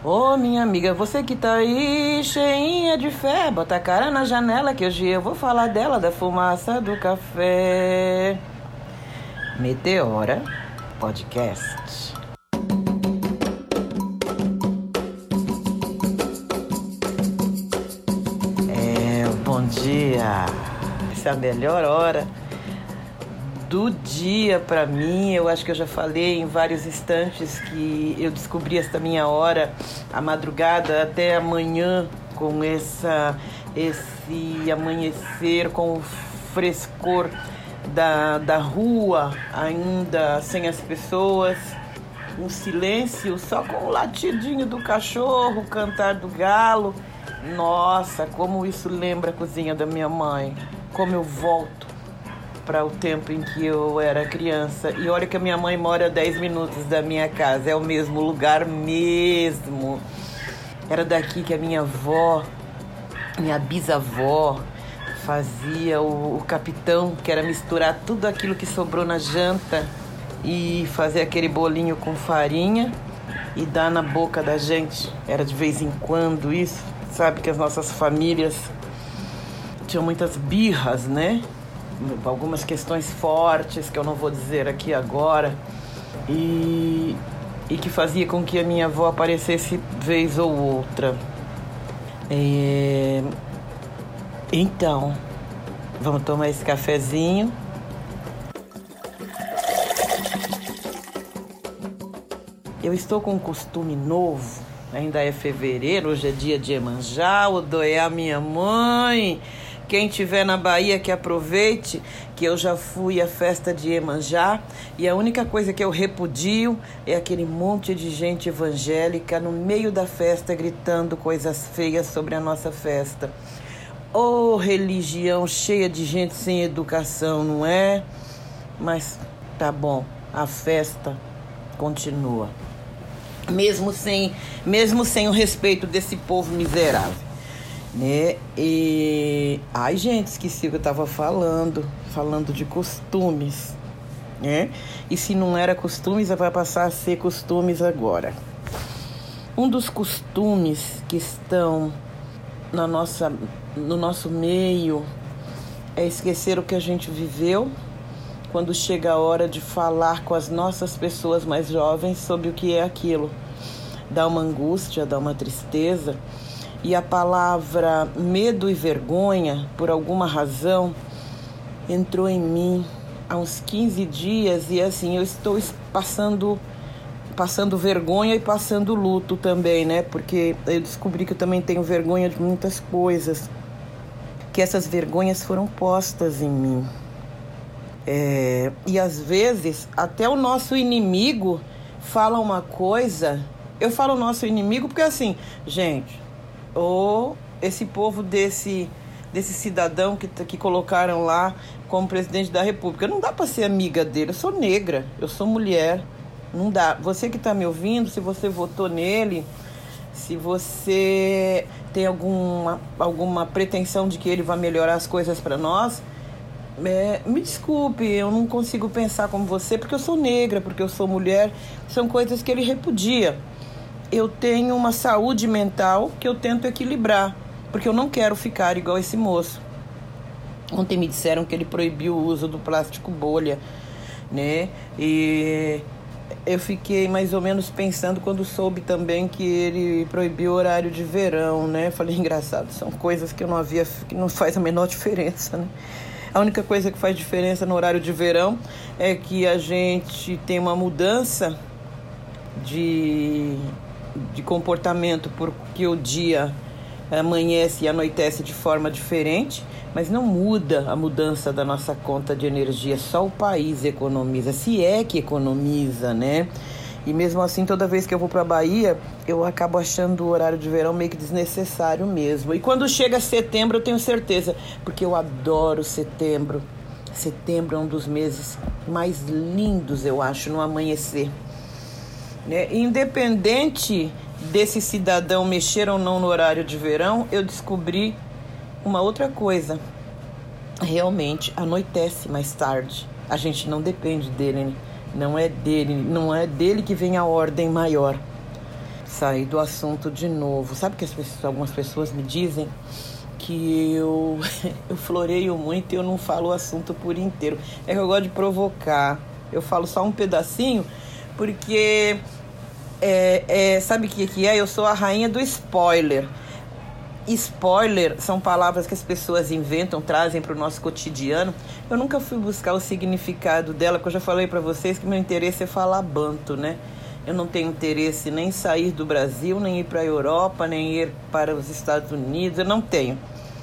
Ô, minha amiga, você que tá aí cheinha de fé, bota a cara na janela que hoje eu vou falar dela, da fumaça do café. Meteora Podcast. Bom dia. Essa é a melhor hora do dia pra mim. Eu acho que eu já falei em vários instantes que eu descobri esta minha hora, a madrugada até amanhã, com esse amanhecer, com o frescor da rua, ainda sem as pessoas, um silêncio, só com o latidinho do cachorro, o cantar do galo. Nossa, como isso lembra a cozinha da minha mãe, como eu volto para o tempo em que eu era criança. E olha que a minha mãe mora a 10 minutos da minha casa, é o mesmo lugar mesmo. Era daqui que a minha avó, minha bisavó, fazia o capitão, que era misturar tudo aquilo que sobrou na janta e fazer aquele bolinho com farinha e dar na boca da gente. Era de vez em quando isso. Sabe que as nossas famílias tinham muitas birras, né? Algumas questões fortes que eu não vou dizer aqui agora. E que fazia com que a minha avó aparecesse vez ou outra. Então, vamos tomar esse cafezinho. Eu estou com um costume novo. Ainda é fevereiro, hoje é dia de Iemanjá, Odoé a minha mãe. Quem estiver na Bahia que aproveite, que eu já fui à festa de Iemanjá e a única coisa que eu repudio é aquele monte de gente evangélica no meio da festa gritando coisas feias sobre a nossa festa. Ô, religião cheia de gente sem educação, não é? Mas tá bom, a festa continua. Mesmo sem o respeito desse povo miserável, né? Ai, gente, esqueci o que eu estava falando de costumes, né? E se não era costumes, vai passar a ser costumes agora. Um dos costumes que estão no nosso meio é esquecer o que a gente viveu quando chega a hora de falar com as nossas pessoas mais jovens sobre o que é aquilo. Dá uma angústia, dá uma tristeza. E a palavra medo e vergonha, por alguma razão, entrou em mim há uns 15 dias. E assim, eu estou passando vergonha e passando luto também, né? Porque eu descobri que eu também tenho vergonha de muitas coisas. Que essas vergonhas foram postas em mim. E às vezes até o nosso inimigo fala uma coisa. Eu falo nosso inimigo porque assim, gente, esse povo desse cidadão que colocaram lá como presidente da república, não dá para ser amiga dele. Eu sou negra, eu sou mulher, não dá. Você que está me ouvindo, se você votou nele, se você tem alguma pretensão de que ele vai melhorar as coisas para nós, me desculpe, eu não consigo pensar como você, porque eu sou negra, porque eu sou mulher. São coisas que ele repudia. Eu tenho uma saúde mental que eu tento equilibrar, porque eu não quero ficar igual esse moço. Ontem me disseram que ele proibiu o uso do plástico bolha, né? E eu fiquei mais ou menos pensando quando soube também que ele proibiu o horário de verão, né? Falei, engraçado, são coisas que não faz a menor diferença, né? A única coisa que faz diferença no horário de verão é que a gente tem uma mudança de comportamento, porque o dia amanhece e anoitece de forma diferente, mas não muda a mudança da nossa conta de energia. Só o país economiza, se é que economiza, né? E mesmo assim, toda vez que eu vou para a Bahia, eu acabo achando o horário de verão meio que desnecessário mesmo. E quando chega setembro, eu tenho certeza, porque eu adoro setembro. Setembro é um dos meses mais lindos, eu acho, no amanhecer, né? Independente desse cidadão mexer ou não no horário de verão, eu descobri uma outra coisa. Realmente, anoitece mais tarde. A gente não depende dele, né? Não é dele que vem a ordem maior. sair do assunto de novo. Sabe que algumas pessoas me dizem que eu floreio muito e eu não falo o assunto por inteiro. É que eu gosto de provocar. Eu falo só um pedacinho, porque sabe o que é? Eu sou a rainha do spoiler. Spoiler são palavras que as pessoas inventam, trazem para o nosso cotidiano. Eu nunca fui buscar o significado dela, porque eu já falei para vocês que meu interesse é falar banto, né? Eu não tenho interesse nem em sair do Brasil, nem ir para a Europa, nem ir para os Estados Unidos. Eu não tenho.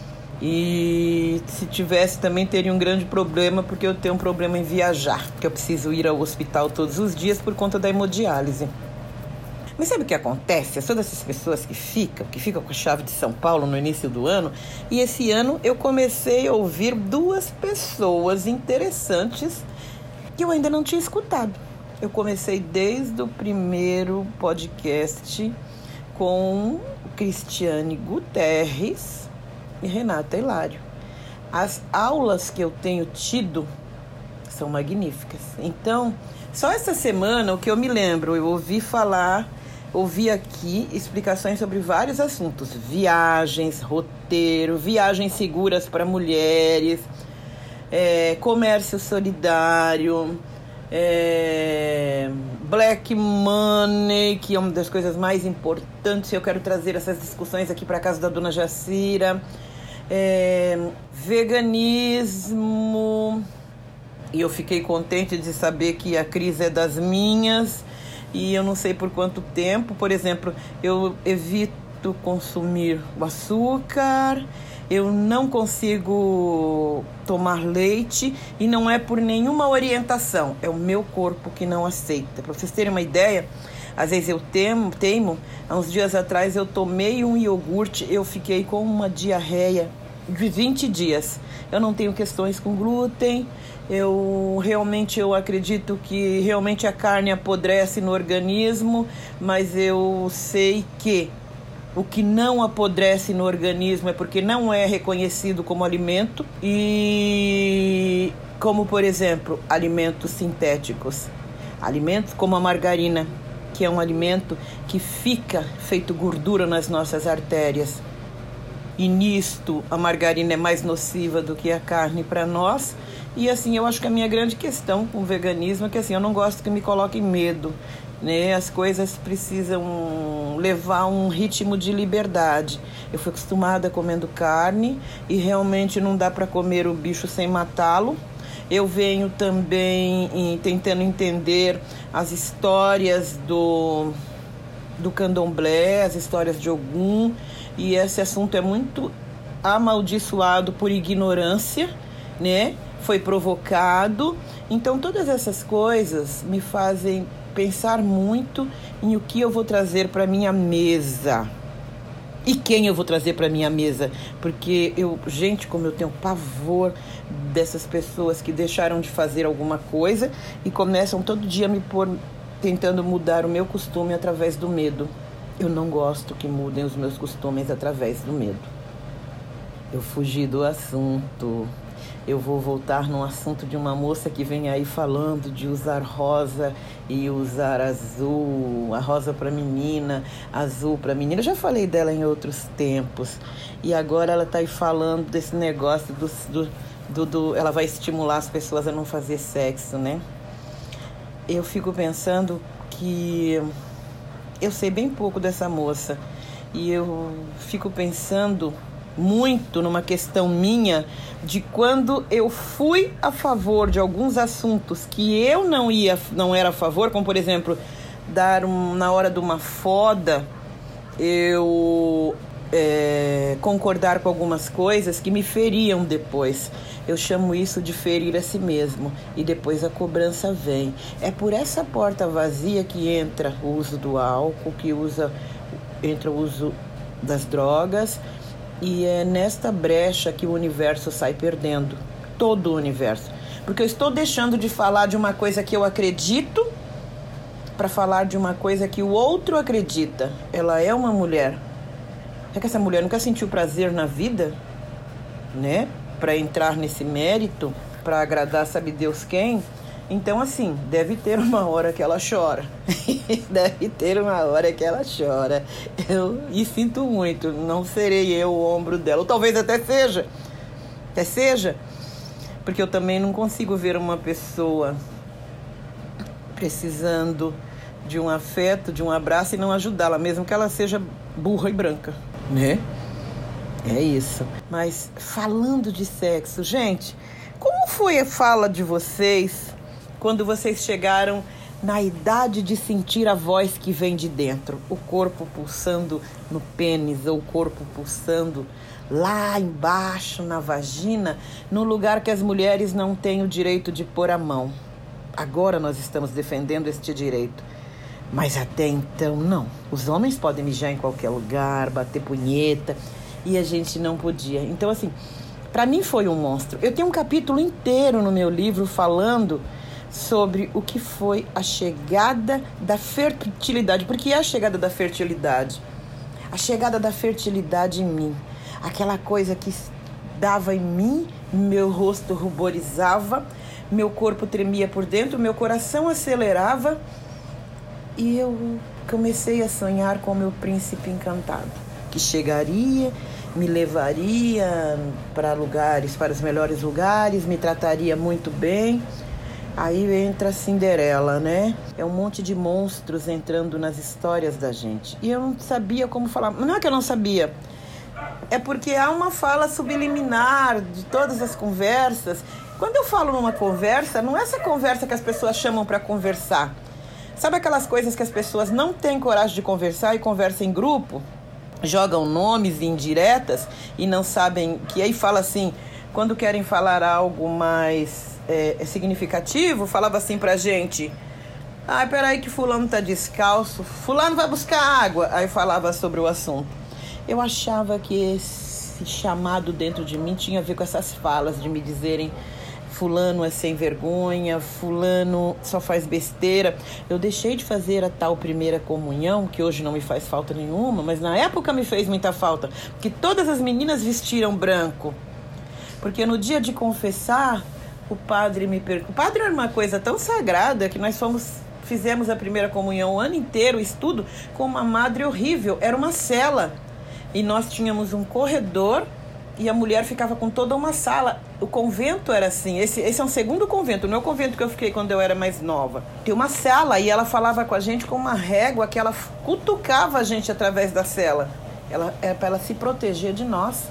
E se tivesse também teria um grande problema, porque eu tenho um problema em viajar, porque eu preciso ir ao hospital todos os dias por conta da hemodiálise. Mas sabe o que acontece? É todas essas pessoas que ficam com a chave de São Paulo no início do ano. E esse ano eu comecei a ouvir 2 pessoas interessantes que eu ainda não tinha escutado. Eu comecei desde o primeiro podcast com Cristiane Guterres e Renata Hilário. As aulas que eu tenho tido são magníficas. Então, só essa semana, o que eu me lembro, eu ouvi aqui explicações sobre vários assuntos. Viagens, roteiro, viagens seguras para mulheres, comércio solidário, Black Money, que é uma das coisas mais importantes. Eu quero trazer essas discussões aqui para a casa da dona Jacira. Veganismo. E eu fiquei contente de saber que a Cris é das minhas. E eu não sei por quanto tempo. Por exemplo, eu evito consumir o açúcar. Eu não consigo tomar leite. E não é por nenhuma orientação. É o meu corpo que não aceita. Para vocês terem uma ideia, às vezes eu teimo. Há uns dias atrás eu tomei um iogurte. Eu fiquei com uma diarreia de 20 dias. Eu não tenho questões com glúten. Eu acredito que realmente a carne apodrece no organismo, mas eu sei que o que não apodrece no organismo é porque não é reconhecido como alimento, e como, por exemplo, alimentos sintéticos. Alimentos como a margarina, que é um alimento que fica feito gordura nas nossas artérias. E nisto, a margarina é mais nociva do que a carne para nós. E assim, eu acho que a minha grande questão com o veganismo é que assim, eu não gosto que me coloquem medo, né? As coisas precisam levar um ritmo de liberdade. Eu fui acostumada comendo carne e realmente não dá para comer o bicho sem matá-lo. Eu venho também tentando entender as histórias do candomblé, as histórias de Ogum, e esse assunto é muito amaldiçoado por ignorância, né? Foi provocado. Então todas essas coisas me fazem pensar muito em o que eu vou trazer para minha mesa e quem eu vou trazer para minha mesa, porque como eu tenho pavor dessas pessoas que deixaram de fazer alguma coisa e começam todo dia a me pôr tentando mudar o meu costume através do medo. Eu não gosto que mudem os meus costumes através do medo. Eu fugi do assunto. Eu vou voltar no assunto de uma moça que vem aí falando de usar rosa e usar azul. A rosa para menina, azul para menina. Eu já falei dela em outros tempos. E agora ela está aí falando desse negócio ela vai estimular as pessoas a não fazer sexo, né? Eu fico pensando que eu sei bem pouco dessa moça. E eu fico pensando muito numa questão minha de quando eu fui a favor de alguns assuntos que eu não era a favor, como por exemplo, na hora de uma foda, eu concordar com algumas coisas que me feriam depois. Eu chamo isso de ferir a si mesmo, e depois a cobrança vem. É por essa porta vazia que entra o uso do álcool, entra o uso das drogas, e é nesta brecha que o universo sai perdendo, todo o universo. Porque eu estou deixando de falar de uma coisa que eu acredito para falar de uma coisa que o outro acredita. Ela é uma mulher. É que essa mulher nunca sentiu prazer na vida, né? Para entrar nesse mérito, para agradar sabe Deus quem. Então, assim, deve ter uma hora que ela chora. Deve ter uma hora que ela chora. E sinto muito, não serei eu o ombro dela. Ou talvez até seja. Até seja. Porque eu também não consigo ver uma pessoa precisando de um afeto, de um abraço e não ajudá-la, mesmo que ela seja burra e branca, né? É isso. Mas falando de sexo, gente, como foi a fala de vocês quando vocês chegaram na idade de sentir a voz que vem de dentro? O corpo pulsando no pênis ou o corpo pulsando lá embaixo na vagina, no lugar que as mulheres não têm o direito de pôr a mão. Agora nós estamos defendendo este direito. Mas até então, não. Os homens podem mijar em qualquer lugar, bater punheta, e a gente não podia. Então, assim, para mim foi um monstro. Eu tenho um capítulo inteiro no meu livro falando sobre o que foi a chegada da fertilidade. Porque é a chegada da fertilidade. A chegada da fertilidade em mim. Aquela coisa que dava em mim, meu rosto ruborizava, meu corpo tremia por dentro, meu coração acelerava e eu comecei a sonhar com o meu príncipe encantado, que chegaria, me levaria para lugares, para os melhores lugares, me trataria muito bem. Aí entra a Cinderela, né? É um monte de monstros entrando nas histórias da gente. E eu não sabia como falar. Não é que eu não sabia. É porque há uma fala subliminar de todas as conversas. Quando eu falo numa conversa, não é essa conversa que as pessoas chamam para conversar. Sabe aquelas coisas que as pessoas não têm coragem de conversar e conversam em grupo? Jogam nomes e indiretas e não sabem... Que aí fala assim, quando querem falar algo mais significativo, falava assim pra gente... Ah, peraí que fulano tá descalço. Fulano vai buscar água. Aí falava sobre o assunto. Eu achava que esse chamado dentro de mim tinha a ver com essas falas de me dizerem fulano é sem vergonha, fulano só faz besteira. Eu deixei de fazer a tal primeira comunhão, que hoje não me faz falta nenhuma, mas na época me fez muita falta, porque todas as meninas vestiram branco. Porque no dia de confessar, o padre me perguntou. O padre era uma coisa tão sagrada que nós fizemos a primeira comunhão o ano inteiro, estudo, com uma madre horrível, era uma cela. E nós tínhamos um corredor e a mulher ficava com toda uma sala. O convento era assim, esse é um segundo convento, não é o convento que eu fiquei quando eu era mais nova. Tem uma sala e ela falava com a gente com uma régua que ela cutucava a gente através da cela. Era para ela se proteger de nós.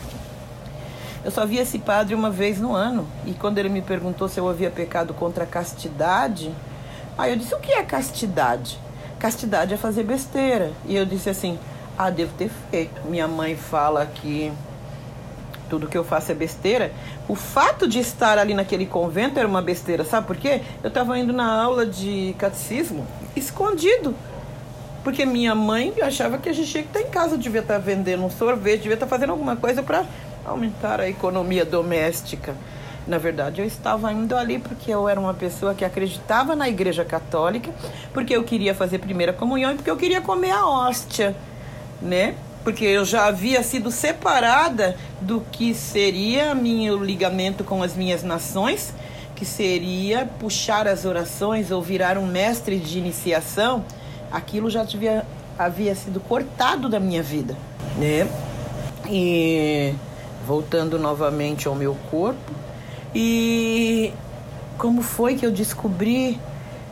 Eu só via esse padre uma vez no ano. E quando ele me perguntou se eu havia pecado contra a castidade, aí eu disse, o que é castidade? Castidade é fazer besteira. E eu disse assim... Ah, devo ter feito. Minha mãe fala que tudo que eu faço é besteira. O fato de estar ali naquele convento era uma besteira. Sabe por quê? Eu estava indo na aula de catecismo escondido. Porque minha mãe achava que a gente tinha que estar em casa. Devia estar vendendo um sorvete, devia estar fazendo alguma coisa para aumentar a economia doméstica. Na verdade, eu estava indo ali porque eu era uma pessoa que acreditava na Igreja Católica, porque eu queria fazer primeira comunhão e porque eu queria comer a hóstia. Né? Porque eu já havia sido separada do que seria meu ligamento com as minhas nações, que seria puxar as orações ou virar um mestre de iniciação. Aquilo já havia sido cortado da minha vida, né? E voltando novamente ao meu corpo, e como foi que eu descobri?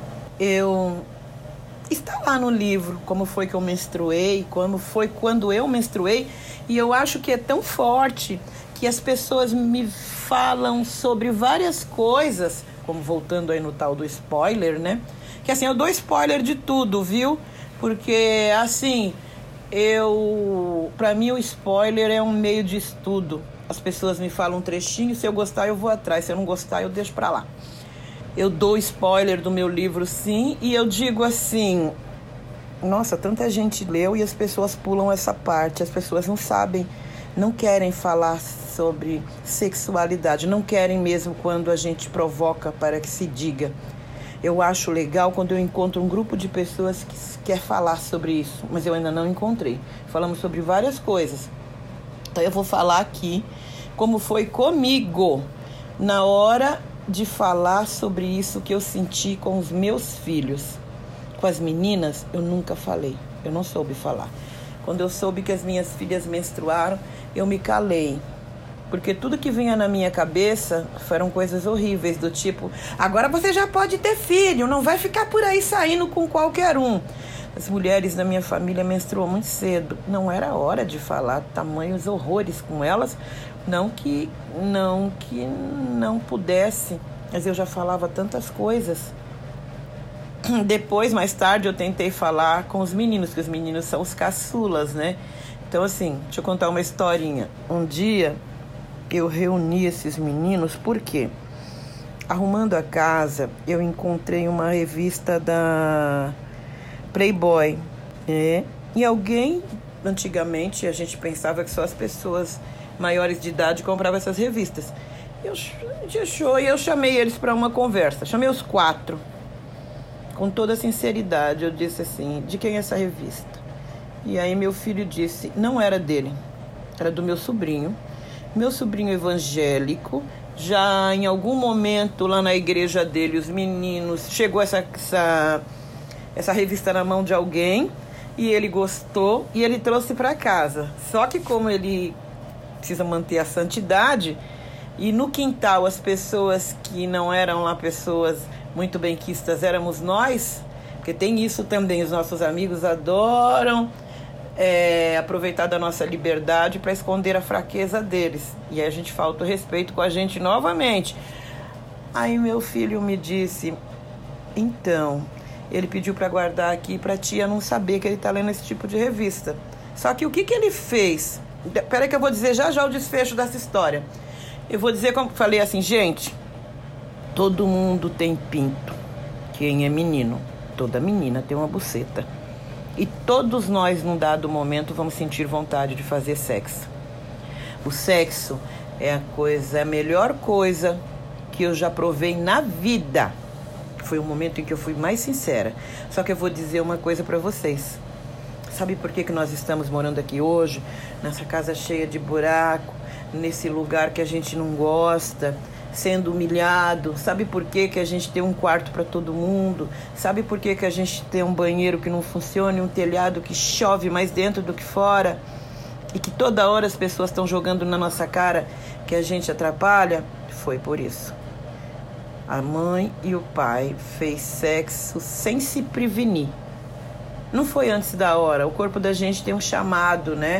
Está lá no livro como foi que eu menstruei, como foi quando eu menstruei. E eu acho que é tão forte que as pessoas me falam sobre várias coisas, como voltando aí no tal do spoiler, né? Que assim, eu dou spoiler de tudo, viu? Porque assim, pra mim o spoiler é um meio de estudo. As pessoas me falam um trechinho, se eu gostar eu vou atrás, se eu não gostar eu deixo pra lá. Eu dou spoiler do meu livro, sim, e eu digo assim, nossa, tanta gente leu e as pessoas pulam essa parte, as pessoas não sabem, não querem falar sobre sexualidade, não querem mesmo quando a gente provoca para que se diga. Eu acho legal quando eu encontro um grupo de pessoas que quer falar sobre isso, mas eu ainda não encontrei. Falamos sobre várias coisas. Então eu vou falar aqui como foi comigo na hora de falar sobre isso que eu senti com os meus filhos. Com as meninas, eu nunca falei. Eu não soube falar. Quando eu soube que as minhas filhas menstruaram, eu me calei. Porque tudo que vinha na minha cabeça foram coisas horríveis, do tipo, agora você já pode ter filho, não vai ficar por aí saindo com qualquer um. As mulheres da minha família menstruam muito cedo. Não era hora de falar tamanhos horrores com elas. Não que não pudesse, mas eu já falava tantas coisas. Depois, mais tarde, eu tentei falar com os meninos, que os meninos são os caçulas, né? Então, assim, deixa eu contar uma historinha. Um dia, eu reuni esses meninos, por quê? Arrumando a casa, eu encontrei uma revista da Playboy, né? E alguém, antigamente, a gente pensava que só as pessoas maiores de idade compravam essas revistas. Eu chamei eles para uma conversa, chamei os 4. Com toda sinceridade, eu disse assim, de quem é essa revista? E aí meu filho disse, não era dele, era do meu sobrinho. Meu sobrinho evangélico, já em algum momento lá na igreja dele, os meninos, chegou essa revista na mão de alguém, e ele gostou, e ele trouxe para casa. Só que como ele precisa manter a santidade, e no quintal as pessoas que não eram lá pessoas muito benquistas éramos nós, porque tem isso também, os nossos amigos adoram aproveitar da nossa liberdade para esconder a fraqueza deles, e aí a gente falta o respeito com a gente novamente. Aí meu filho me disse, então, ele pediu para guardar aqui para a tia não saber que ele está lendo esse tipo de revista. Só que o que ele fez? Peraí que eu vou dizer já o desfecho dessa história. Eu vou dizer, como falei assim, gente, todo mundo tem pinto. Quem é menino? Toda menina tem uma buceta. E todos nós, num dado momento, vamos sentir vontade de fazer sexo. O sexo é a melhor coisa que eu já provei na vida. Foi o momento em que eu fui mais sincera. Só que eu vou dizer uma coisa pra vocês. Sabe por que nós estamos morando aqui hoje? Nessa casa cheia de buraco, nesse lugar que a gente não gosta, sendo humilhado. Sabe por que a gente tem um quarto para todo mundo? Sabe por que a gente tem um banheiro que não funciona e um telhado que chove mais dentro do que fora? E que toda hora as pessoas estão jogando na nossa cara que a gente atrapalha? Foi por isso. A mãe e o pai fez sexo sem se prevenir. Não foi antes da hora. O corpo da gente tem um chamado, né?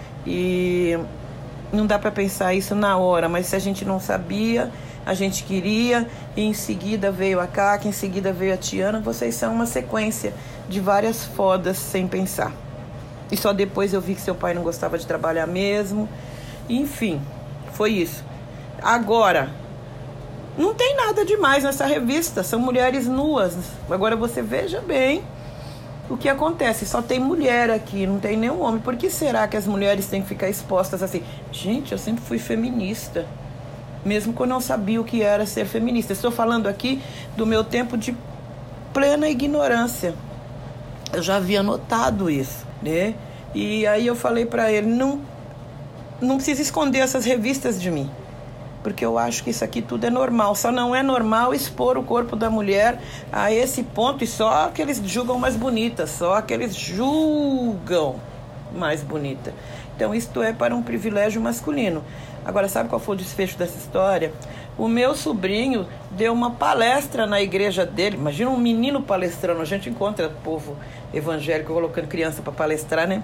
E não dá para pensar isso na hora, mas se a gente não sabia, a gente queria, e em seguida veio a Caca, em seguida veio a Tiana. Vocês são uma sequência de várias fodas sem pensar. E só depois eu vi que seu pai não gostava de trabalhar mesmo. Enfim, foi isso. Agora, não tem nada demais nessa revista, são mulheres nuas. Agora você veja bem o que acontece, só tem mulher aqui, não tem nenhum homem. Por que será que as mulheres têm que ficar expostas assim? Gente, eu sempre fui feminista, mesmo quando eu não sabia o que era ser feminista. Estou falando aqui do meu tempo de plena ignorância. Eu já havia notado isso, né? E aí eu falei para ele, não precisa esconder essas revistas de mim, porque eu acho que isso aqui tudo é normal. Só não é normal expor o corpo da mulher a esse ponto, e só que eles julgam mais bonita, só que eles julgam mais bonita. Então isto é para um privilégio masculino. Agora, sabe qual foi o desfecho dessa história? O meu sobrinho deu uma palestra na igreja dele. Imagina um menino palestrando. A gente encontra povo evangélico colocando criança para palestrar, né?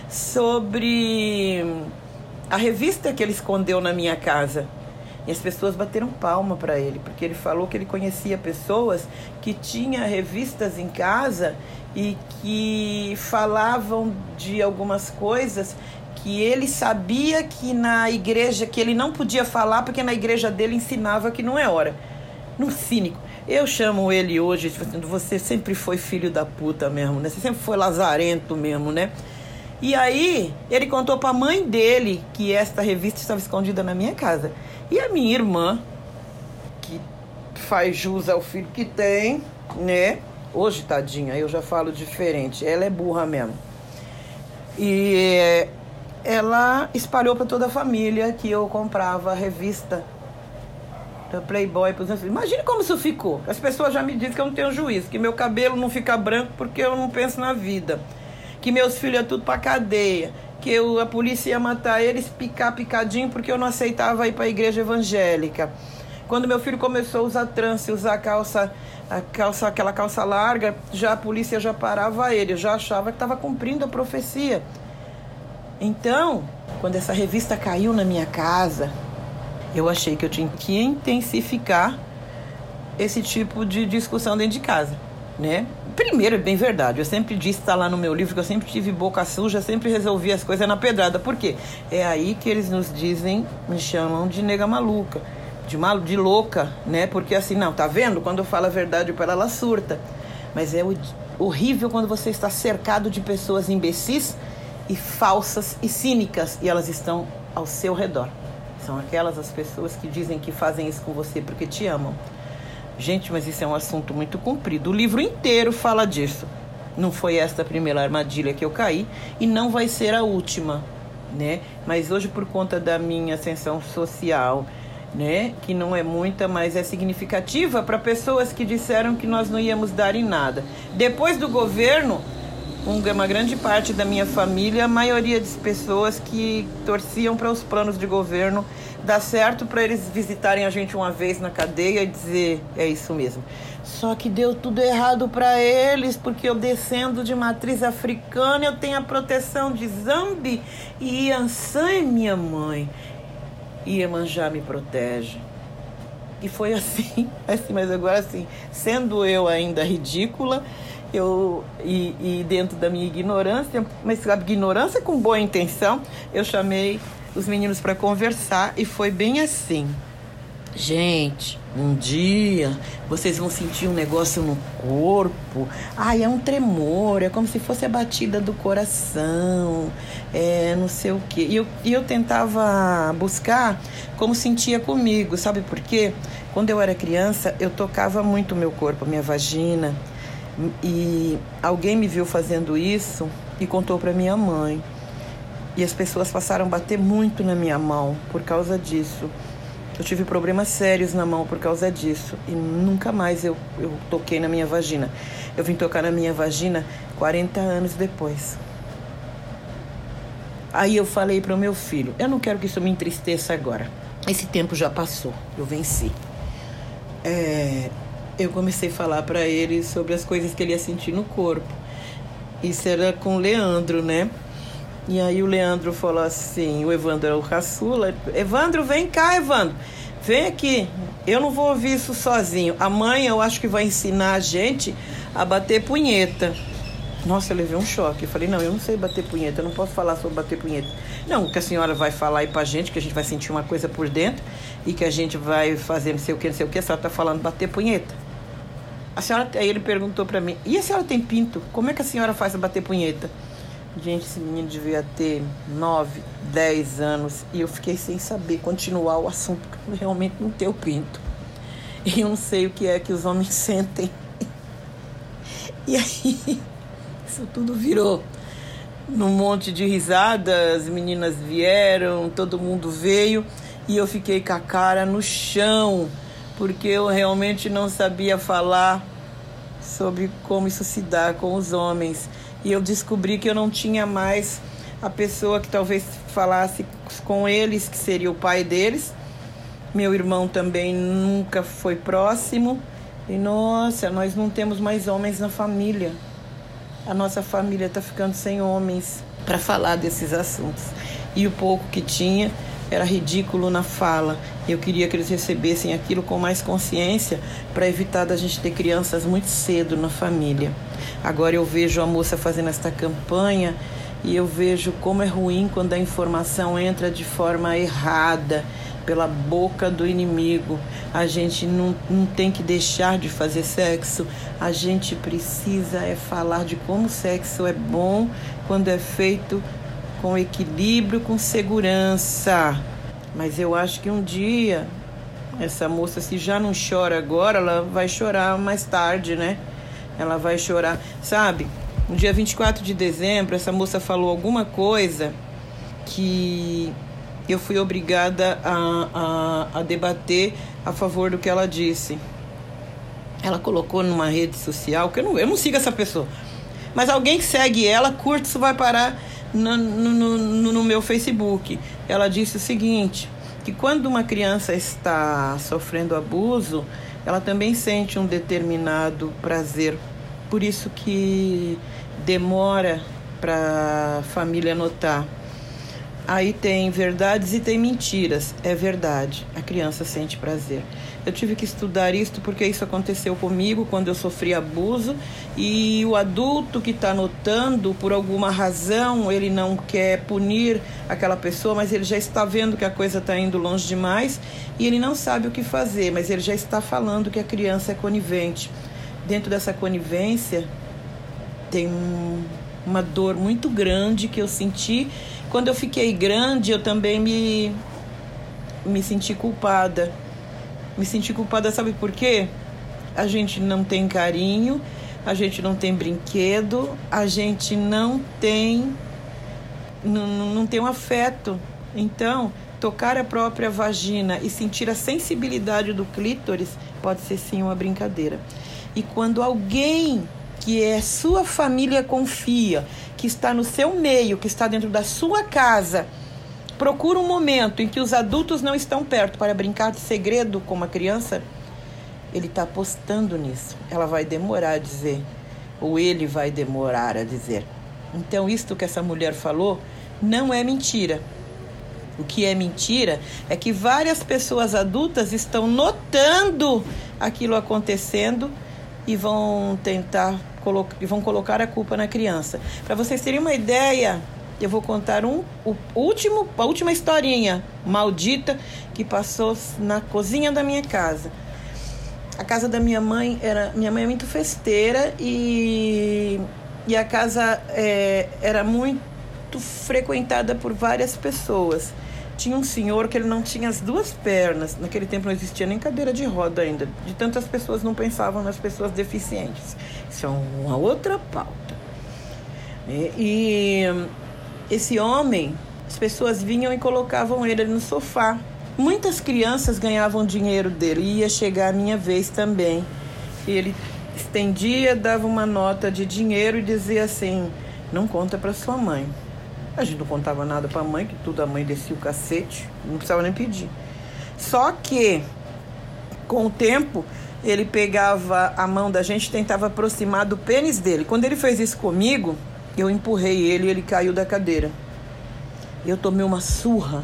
Sobre a revista que ele escondeu na minha casa. E as pessoas bateram palma para ele, porque ele falou que ele conhecia pessoas que tinham revistas em casa e que falavam de algumas coisas que ele sabia que na igreja, que ele não podia falar, porque na igreja dele ensinava que não é hora. No cínico. Eu chamo ele hoje, você sempre foi filho da puta mesmo, né? Você sempre foi lazarento mesmo, né? E aí, ele contou para a mãe dele que esta revista estava escondida na minha casa. E a minha irmã, que faz jus ao filho que tem, né? Hoje, tadinha, eu já falo diferente. Ela é burra mesmo. E ela espalhou para toda a família que eu comprava a revista da Playboy pros meus filhos. Imagina como isso ficou. As pessoas já me dizem que eu não tenho juízo, que meu cabelo não fica branco porque eu não penso na vida, que meus filhos é tudo pra cadeia, que a polícia ia matar eles picadinho porque eu não aceitava ir pra igreja evangélica. Quando meu filho começou a usar trança, usar aquela calça larga, a polícia já parava ele, eu já achava que estava cumprindo a profecia. Então, quando essa revista caiu na minha casa, eu achei que eu tinha que intensificar esse tipo de discussão dentro de casa, né? Primeiro, é bem verdade, eu sempre disse, está lá no meu livro, que eu sempre tive boca suja, sempre resolvi as coisas na pedrada. Por quê? É aí que eles nos dizem, me chamam de nega maluca, de louca, né? Porque assim, não, tá vendo? Quando eu falo a verdade para ela surta. Mas é horrível quando você está cercado de pessoas imbecis e falsas e cínicas e elas estão ao seu redor. São aquelas as pessoas que dizem que fazem isso com você porque te amam. Gente, mas isso é um assunto muito comprido. O livro inteiro fala disso. Não foi esta a primeira armadilha que eu caí e não vai ser a última, né? Mas hoje, por conta da minha ascensão social, né, que não é muita, mas é significativa para pessoas que disseram que nós não íamos dar em nada. Depois do governo, uma grande parte da minha família, a maioria das pessoas que torciam para os planos de governo dar certo, para eles visitarem a gente uma vez na cadeia e dizer, é isso mesmo. Só que deu tudo errado para eles, porque eu descendo de matriz africana, eu tenho a proteção de Zambi e Iansã é minha mãe. Iemanjá me protege. E foi assim, mas agora assim, sendo eu ainda ridícula, e dentro da minha ignorância, mas sabe, ignorância com boa intenção, eu chamei os meninos para conversar e foi bem assim. Gente, um dia vocês vão sentir um negócio no corpo. Ai, é um tremor, é como se fosse a batida do coração, não sei o quê. E eu tentava buscar como sentia comigo, sabe por quê? Quando eu era criança, eu tocava muito o meu corpo, a minha vagina. E alguém me viu fazendo isso e contou para minha mãe. E as pessoas passaram a bater muito na minha mão por causa disso. Eu tive problemas sérios na mão por causa disso. E nunca mais eu toquei na minha vagina. Eu vim tocar na minha vagina 40 anos depois. Aí eu falei para o meu filho, eu não quero que isso me entristeça agora. Esse tempo já passou, eu venci. Eu comecei a falar para ele sobre as coisas que ele ia sentir no corpo. Isso era com o Leandro, né? E aí o Leandro falou assim, o Evandro era o caçula. Evandro, vem cá, Evandro. Vem aqui. Eu não vou ouvir isso sozinho. A mãe, eu acho que vai ensinar a gente a bater punheta. Nossa, eu levei um choque. Eu falei, não, eu não sei bater punheta. Eu não posso falar sobre bater punheta. Não, que a senhora vai falar aí pra gente, que a gente vai sentir uma coisa por dentro e que a gente vai fazer não sei o que. A senhora tá falando bater punheta. Aí ele perguntou pra mim, e a senhora tem pinto? Como é que a senhora faz a bater punheta? Gente, esse menino devia ter 9, 10 anos. E eu fiquei sem saber continuar o assunto, porque eu realmente não tenho pinto. E eu não sei o que é que os homens sentem. E aí, isso tudo virou num monte de risada. As meninas vieram, todo mundo veio. E eu fiquei com a cara no chão, porque eu realmente não sabia falar sobre como isso se dá com os homens. E eu descobri que eu não tinha mais a pessoa que talvez falasse com eles, que seria o pai deles. Meu irmão também nunca foi próximo. E, nossa, nós não temos mais homens na família. A nossa família está ficando sem homens para falar desses assuntos. E o pouco que tinha era ridículo na fala. Eu queria que eles recebessem aquilo com mais consciência para evitar da gente ter crianças muito cedo na família. Agora eu vejo a moça fazendo esta campanha e eu vejo como é ruim quando a informação entra de forma errada, pela boca do inimigo. A gente não tem que deixar de fazer sexo. A gente precisa falar de como o sexo é bom quando é feito com equilíbrio, com segurança. Mas eu acho que um dia essa moça, se já não chora agora, ela vai chorar mais tarde, né? Ela vai chorar, sabe? No dia 24 de dezembro, essa moça falou alguma coisa que eu fui obrigada a debater a favor do que ela disse. Ela colocou numa rede social, que eu não sigo essa pessoa, mas alguém que segue ela, curte, isso vai parar no meu Facebook. Ela disse o seguinte, que quando uma criança está sofrendo abuso, ela também sente um determinado prazer. Por isso que demora para a família notar. Aí tem verdades e tem mentiras. É verdade, a criança sente prazer. Eu tive que estudar isso porque isso aconteceu comigo quando eu sofri abuso, e o adulto que está notando, por alguma razão, ele não quer punir aquela pessoa, mas ele já está vendo que a coisa está indo longe demais e ele não sabe o que fazer, mas ele já está falando que a criança é conivente. Dentro dessa conivência tem uma dor muito grande que eu senti. Quando eu fiquei grande, eu também me senti culpada. Me senti culpada, sabe por quê? A gente não tem carinho, a gente não tem brinquedo, a gente não tem um afeto. Então, tocar a própria vagina e sentir a sensibilidade do clítoris pode ser sim uma brincadeira. E quando alguém que é sua família confia, que está no seu meio, que está dentro da sua casa, procura um momento em que os adultos não estão perto para brincar de segredo com uma criança, ele está apostando nisso. Ela vai demorar a dizer, ou ele vai demorar a dizer. Então, isto que essa mulher falou não é mentira. O que é mentira é que várias pessoas adultas estão notando aquilo acontecendo e vão vão colocar a culpa na criança. Para vocês terem uma ideia, eu vou contar a última historinha maldita que passou na cozinha da minha casa. A casa da minha mãe é muito festeira e a casa era muito frequentada por várias pessoas. Tinha um senhor que ele não tinha as duas pernas. Naquele tempo não existia nem cadeira de roda ainda. De tantas pessoas não pensavam nas pessoas deficientes. Isso é uma outra pauta. E esse homem, as pessoas vinham e colocavam ele no sofá. Muitas crianças ganhavam dinheiro dele. E ia chegar a minha vez também. E ele estendia, dava uma nota de dinheiro e dizia assim, não conta para sua mãe. A gente não contava nada pra mãe, que tudo a mãe descia o cacete, não precisava nem pedir. Só que, com o tempo, ele pegava a mão da gente e tentava aproximar do pênis dele. Quando ele fez isso comigo, eu empurrei ele e ele caiu da cadeira. Eu tomei uma surra.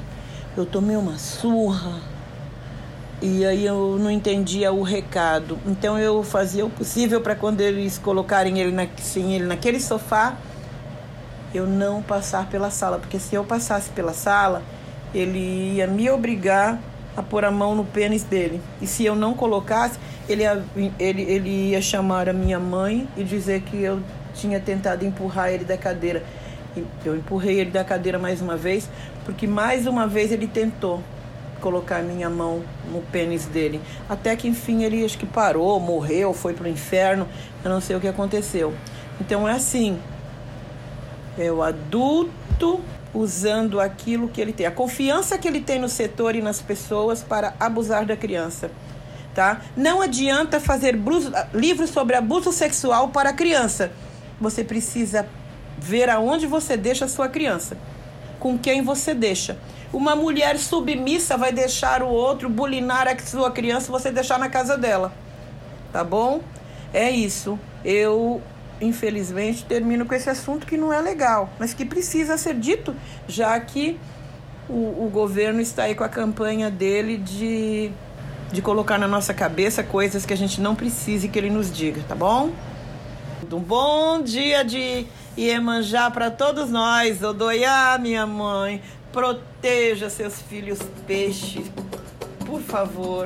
E aí eu não entendia o recado. Então eu fazia o possível para quando eles colocarem ele naquele sofá, eu não passar pela sala, porque se eu passasse pela sala, ele ia me obrigar a pôr a mão no pênis dele. E se eu não colocasse, ele ia chamar a minha mãe e dizer que eu tinha tentado empurrar ele da cadeira. Eu empurrei ele da cadeira mais uma vez, porque mais uma vez ele tentou colocar a minha mão no pênis dele. Até que, enfim, ele acho que parou, morreu, foi pro inferno, eu não sei o que aconteceu. Então é assim, é o adulto usando aquilo que ele tem, a confiança que ele tem no setor e nas pessoas para abusar da criança, tá? Não adianta fazer livros sobre abuso sexual para a criança. Você precisa ver aonde você deixa a sua criança, com quem você deixa. Uma mulher submissa vai deixar o outro bulinar a sua criança e você deixar na casa dela, tá bom? É isso. Eu, infelizmente, termino com esse assunto que não é legal, mas que precisa ser dito, já que o governo está aí com a campanha dele de colocar na nossa cabeça coisas que a gente não precisa e que ele nos diga, tá bom? Um bom dia de Iemanjá para todos nós. Odoiá, minha mãe, proteja seus filhos peixes, por favor.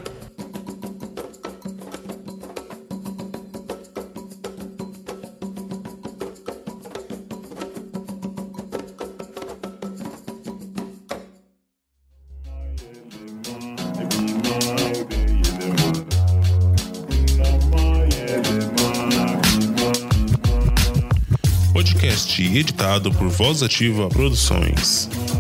Podcast editado por Voz Ativa Produções.